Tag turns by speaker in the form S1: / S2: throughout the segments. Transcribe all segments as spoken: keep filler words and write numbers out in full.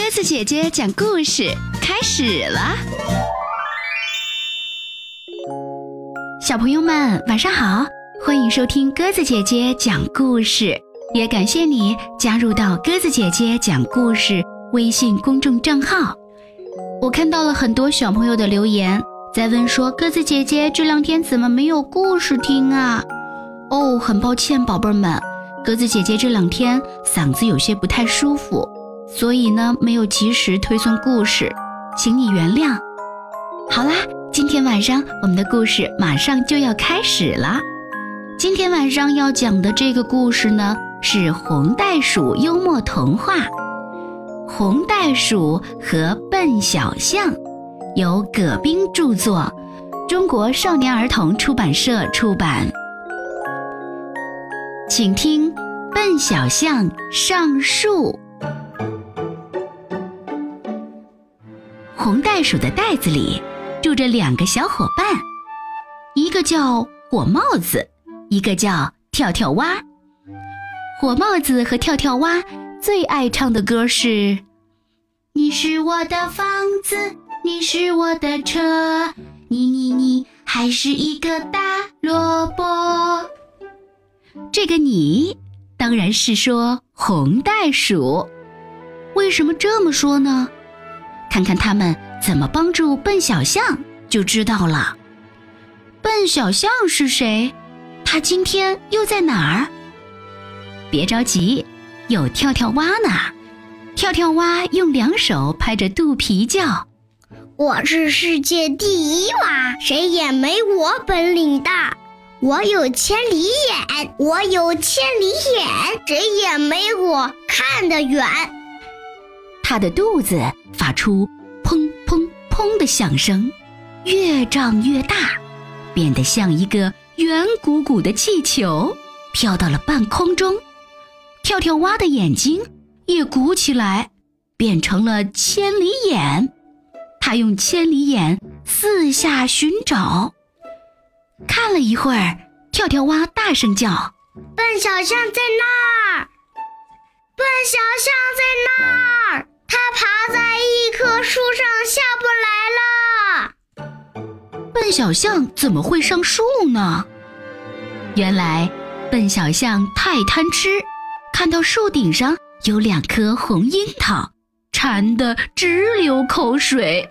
S1: 鸽子姐姐讲故事开始了。小朋友们晚上好，欢迎收听鸽子姐姐讲故事，也感谢你加入到鸽子姐姐讲故事微信公众账号。我看到了很多小朋友的留言，在问说鸽子姐姐这两天怎么没有故事听啊？哦，很抱歉宝贝们，鸽子姐姐这两天嗓子有些不太舒服，所以呢没有及时推送故事，请你原谅。好啦，今天晚上我们的故事马上就要开始了。今天晚上要讲的这个故事呢，是红袋鼠幽默童话《红袋鼠和笨小象》，由葛冰著作，中国少年儿童出版社出版。请听笨小象上树。红袋鼠的袋子里住着两个小伙伴，一个叫火帽子，一个叫跳跳蛙。火帽子和跳跳蛙最爱唱的歌是：你是我的房子，你是我的车，你你你还是一个大萝卜。这个你当然是说红袋鼠。为什么这么说呢？看看他们怎么帮助笨小象就知道了。笨小象是谁？他今天又在哪儿？别着急，有跳跳蛙呢。跳跳蛙用两手拍着肚皮叫：
S2: 我是世界第一蛙，谁也没我本领大。我有千里眼，我有千里眼，谁也没我看得远。
S1: 他的肚子发出砰砰砰的响声，越胀越大，变得像一个圆鼓鼓的气球，飘到了半空中。跳跳蛙的眼睛也鼓起来，变成了千里眼。他用千里眼四下寻找，看了一会儿，跳跳蛙大声叫：
S2: 笨小象在那儿，笨小象在那儿，它爬在一棵树上下不来了。
S1: 笨小象怎么会上树呢？原来笨小象太贪吃，看到树顶上有两颗红樱桃，馋得直流口水。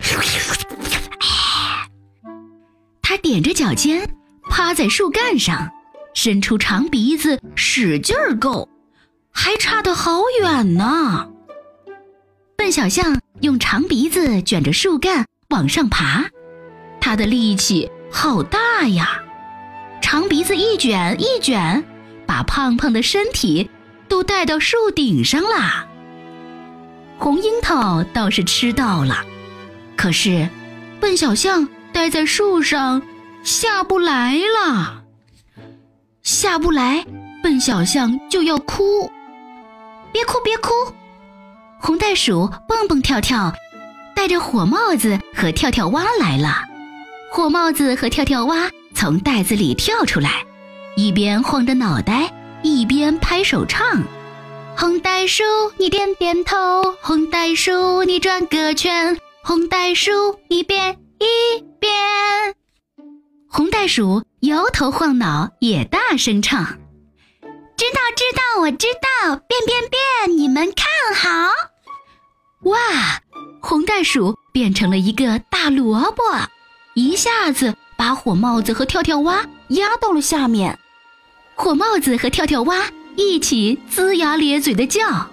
S1: 他踮着脚尖趴在树干上，伸出长鼻子使劲儿够，还差得好远呢。笨小象用长鼻子卷着树干往上爬，他的力气好大呀，长鼻子一卷一卷，把胖胖的身体都带到树顶上啦。红樱桃倒是吃到了，可是笨小象待在树上下不来了。下不来，笨小象就要哭。别哭别哭，红袋鼠蹦蹦跳跳带着火帽子和跳跳蛙来了。火帽子和跳跳蛙从袋子里跳出来，一边晃着脑袋，一边拍手唱：红袋鼠你点点头，红袋鼠你转个圈，红袋鼠一边一边。红袋鼠摇头晃脑也大声唱：知道知道我知道，变变变你们看好。哇，红袋鼠变成了一个大萝卜，一下子把火帽子和跳跳蛙压到了下面。火帽子和跳跳蛙一起龇牙咧嘴的叫：啊，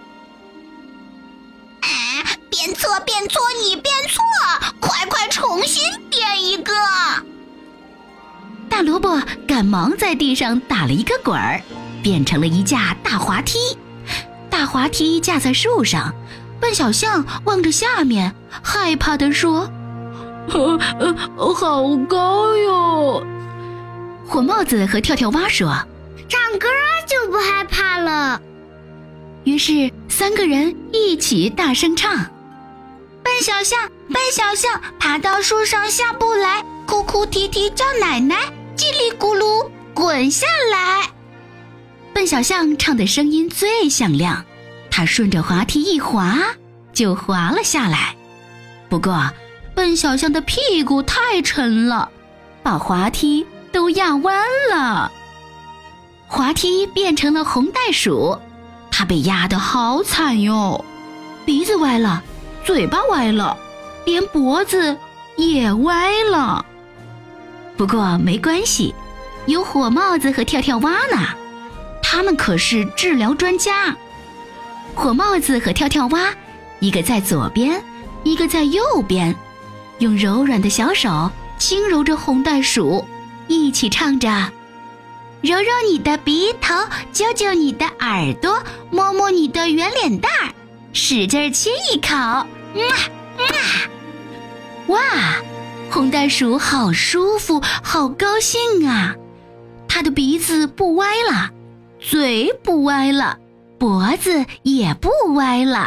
S2: 变错变错你变错，快快重新变一个。
S1: 大萝卜赶忙在地上打了一个滚儿，变成了一架大滑梯。大滑梯架在树上，笨小象望着下面，害怕地说：呃呃，好高哟。火帽子和跳跳蛙说：
S2: 唱歌就不害怕了。
S1: 于是三个人一起大声唱：笨小象笨小象爬到树上下不来，哭哭啼啼叫奶奶，叽里咕噜滚下来。笨小象唱的声音最响亮，它顺着滑梯一滑， 就滑了下来。不过笨小象的屁股太沉了，把滑梯都压弯了。滑梯变成了红袋鼠，它被压得好惨哟，鼻子歪了，嘴巴歪了，连脖子也歪了。不过没关系，有火帽子和跳跳蛙呢，他们可是治疗专家。火帽子和跳跳蛙，一个在左边，一个在右边，用柔软的小手轻揉着红袋鼠，一起唱着：揉揉你的鼻头，揪揪你的耳朵，摸摸你的圆脸蛋儿，使劲亲一口，嗯嗯。哇，红袋鼠好舒服，好高兴啊！它的鼻子不歪了，嘴不歪了，脖子也不歪了。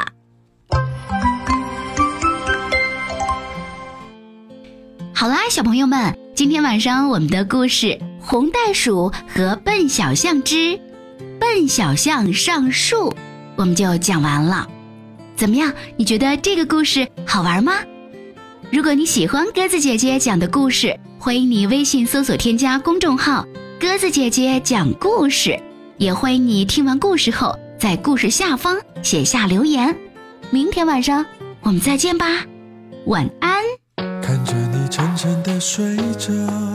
S1: 好啦，小朋友们，今天晚上我们的故事《红袋鼠和笨小象之笨小象上树》我们就讲完了。怎么样，你觉得这个故事好玩吗？如果你喜欢鸽子姐姐讲的故事，欢迎你微信搜索添加公众号鸽子姐姐讲故事，也欢迎你听完故事后在故事下方写下留言。明天晚上我们再见吧，晚安。
S3: 看着你沉沉地睡着，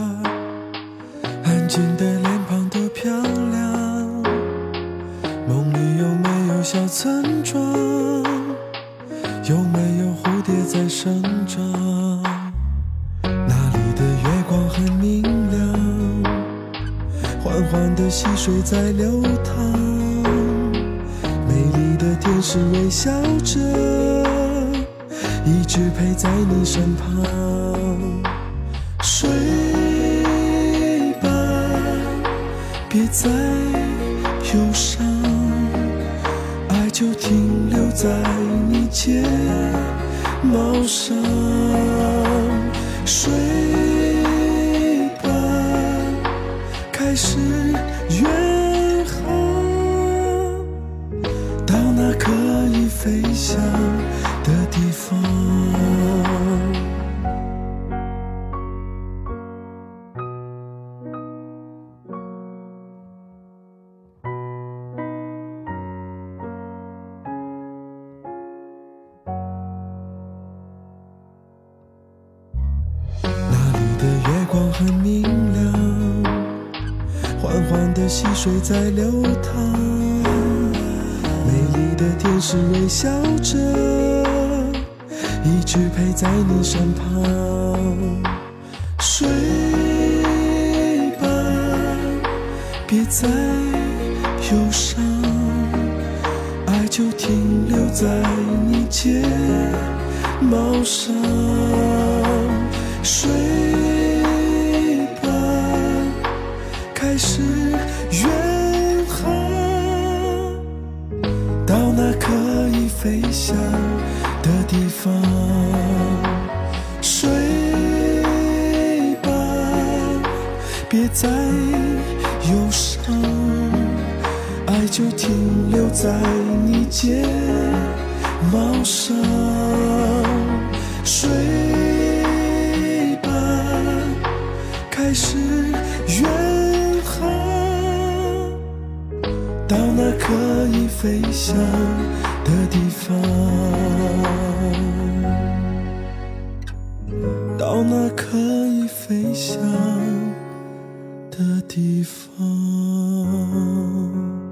S3: 安静的脸庞多漂亮，梦里有没有小村庄，有没有蝴蝶在生长，那里的月光很明亮，缓缓的溪水在流淌，美丽的天使微笑着，一直陪在你身旁。睡吧，别再忧伤，爱就停留在你睫毛上。睡吧，开始远航，到那可以飞翔的地方。那里的月光很明亮，缓缓的溪水在流淌，美丽的天使微笑着，一直陪在你身旁。睡吧，别再忧伤，爱就停留在你睫毛上。睡吧，开始远航，到那可以飞翔的地方。睡吧，别再忧伤，爱就停留在你睫毛上。睡吧，开始远航，到那可以飞翔的地方，到那可以飞翔的地方。